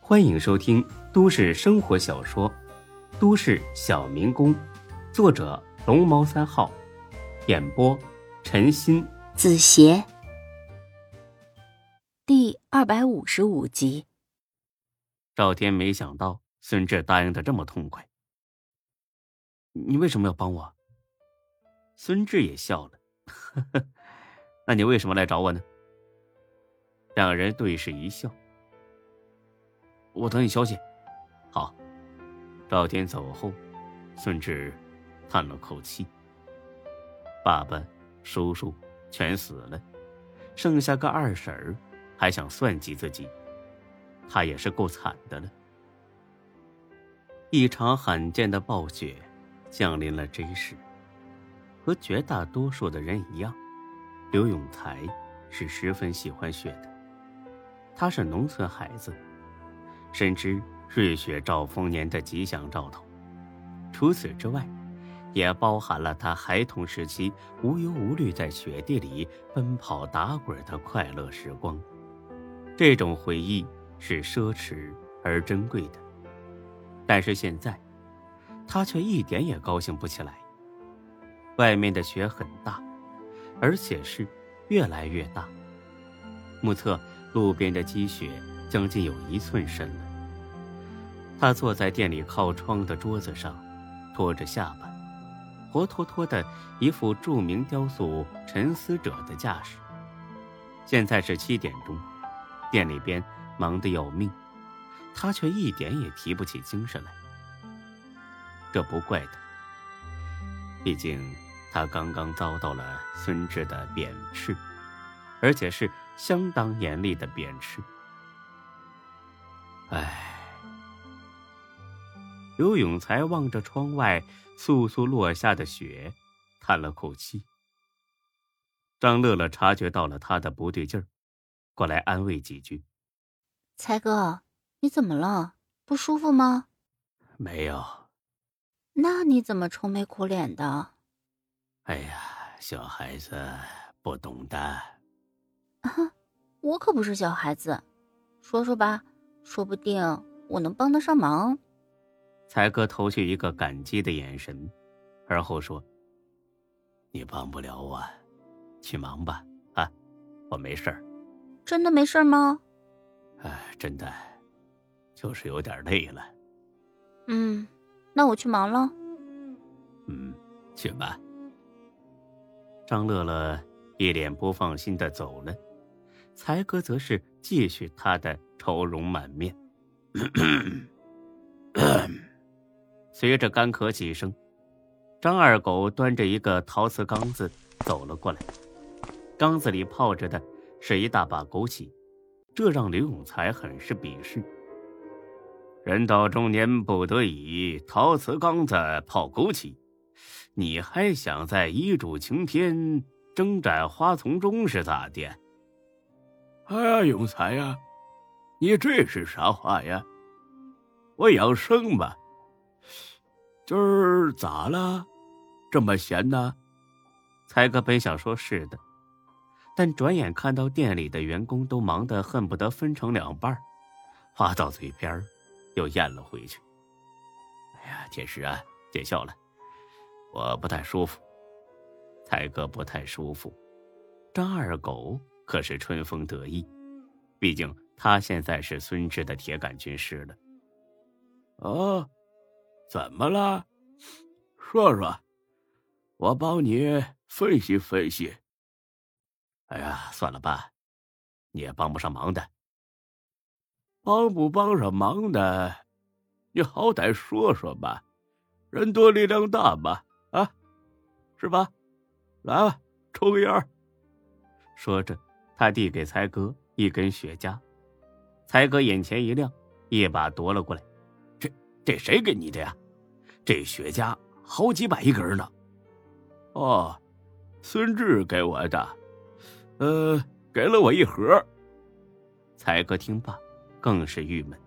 欢迎收听都市生活小说《都市小民工》，作者龙猫3号，演播陈鑫、 子邪，第255集。 赵天没想到孙志答应的这么痛快。你为什么要帮我？孙志也笑了，呵呵，那你为什么来找我呢？两人对视一笑。我等你消息。好。赵天走后，孙志叹了口气。爸爸、叔叔全死了，剩下个二婶儿，还想算计自己，他也是够惨的了。一场罕见的暴雪降临了这时，和绝大多数的人一样，刘永才是十分喜欢雪的。他是农村孩子，深知瑞雪兆丰年的吉祥兆头，除此之外，也包含了他孩童时期无忧无虑在雪地里奔跑打滚的快乐时光。这种回忆是奢侈而珍贵的，但是现在他却一点也高兴不起来。外面的雪很大，而且是越来越大，目测路边的积雪将近有1寸深了。他坐在店里靠窗的桌子上，托着下巴，活脱脱的一副著名雕塑沉思者的架势。现在是7点钟，店里边忙得要命，他却一点也提不起精神来。这不怪他，毕竟他刚刚遭到了孙志的贬斥，而且是相当严厉的贬斥。刘永才望着窗外簌簌落下的雪，叹了口气。张乐乐察觉到了他的不对劲儿，过来安慰几句。 才哥，你怎么了？不舒服吗？ 没有。 那你怎么愁眉苦脸的？ 哎呀，小孩子不懂的。 我可不是小孩子，说说吧，说不定我能帮得上忙。 才哥投去一个感激的眼神，而后说：你帮不了我，去忙吧，我没事儿。 真的没事吗？ 真的，就是有点累了。 那我去忙了。 去吧。张乐乐一脸不放心的走了，才哥则是继续他的愁容满面。随着干咳几声，张二狗端着一个陶瓷缸子走了过来，缸子里泡着的是一大把枸杞，这让刘永才很是鄙视。人到中年不得已，陶瓷缸子泡枸杞，你还想在一柱擎天征战花丛中是咋的？ 永才呀，你这是啥话呀？我养生吧。今儿咋了？这么闲呢？ 才哥本想说是的，但转眼看到店里的员工都忙得恨不得分成2半，话到嘴边又咽了回去。天师啊，见笑了，我不太舒服。才哥不太舒服，张二狗可是春风得意，毕竟他现在是孙志的铁杆军师了。 怎么了？说说，我帮你分析分析。 算了吧，你也帮不上忙的。 帮不帮上忙的，你好歹说说吧，人多力量大吧，是吧？来吧，抽个烟。 说着，他递给才哥一根雪茄。才哥眼前一亮，一把夺了过来。这谁给你的呀？这雪茄好几百一根呢。 孙志给我的，给了我1盒。 才哥听罢更是郁闷。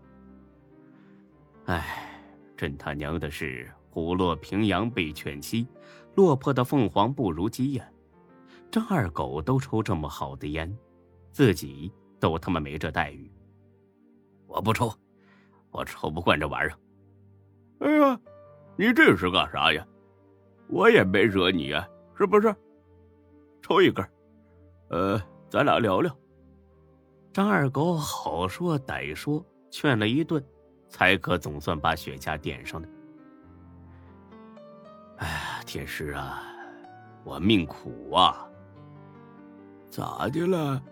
真他娘的是虎落平阳被犬欺，落魄的凤凰不如鸡呀。张二狗都抽这么好的烟，自己都他妈没这待遇。我不抽， 我抽不惯这玩意儿。哎呀，你这是干啥呀？我也没惹你啊，是不是？抽一根，咱俩聊聊。 张二狗好说歹说，劝了一顿，才哥总算把雪茄点上了。 哎呀，铁石啊，我命苦啊。咋的了？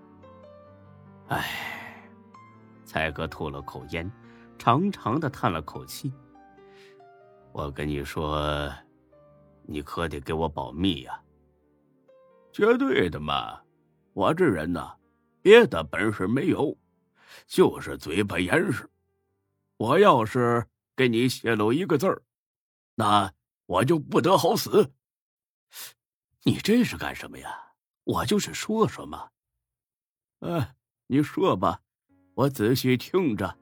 哎，才哥吐了口烟，长长的叹了口气。我跟你说，你可得给我保密呀。 绝对的嘛，我这人呐，别的本事没有，就是嘴巴严实。我要是给你泄露一个字儿，那我就不得好死。 你这是干什么呀？我就是说说嘛。 你说吧，我仔细听着。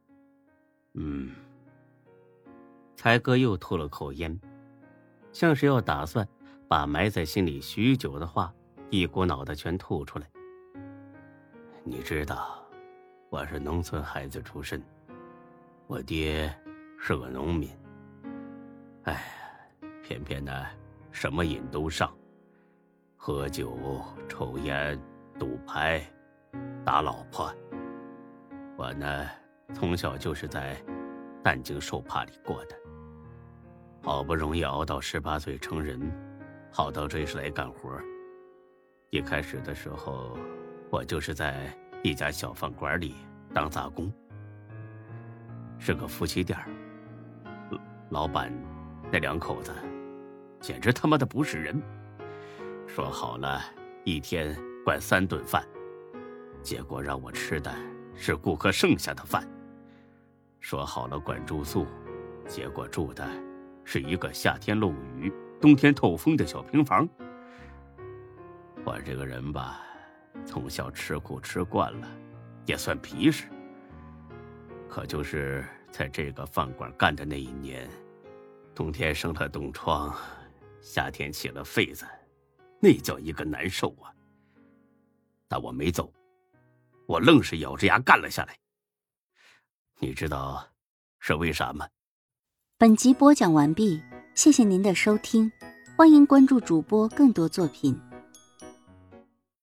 才哥又吐了口烟，像是要打算把埋在心里许久的话一股脑的全吐出来。你知道，我是农村孩子出身，我爹是个农民。哎，偏偏呢，什么瘾都上，喝酒、抽烟、赌牌、打老婆。我呢，从小就是在担惊受怕里过的，好不容易熬到18岁成人，跑到这市来干活。一开始的时候，我就是在一家小饭馆里当杂工，是个夫妻店。老板那两口子简直他妈的不是人，说好了一天管3顿饭，结果让我吃的是顾客剩下的饭。说好了管住宿，结果住的是一个夏天漏雨、冬天透风的小平房。我这个人吧，从小吃苦吃惯了，也算皮实。可就是在这个饭馆干的那一年，冬天生了冻疮，夏天起了痱子，那叫一个难受啊！但我没走，我愣是咬着牙干了下来。你知道是为啥吗？ 本集播讲完毕，谢谢您的收听，欢迎关注主播更多作品。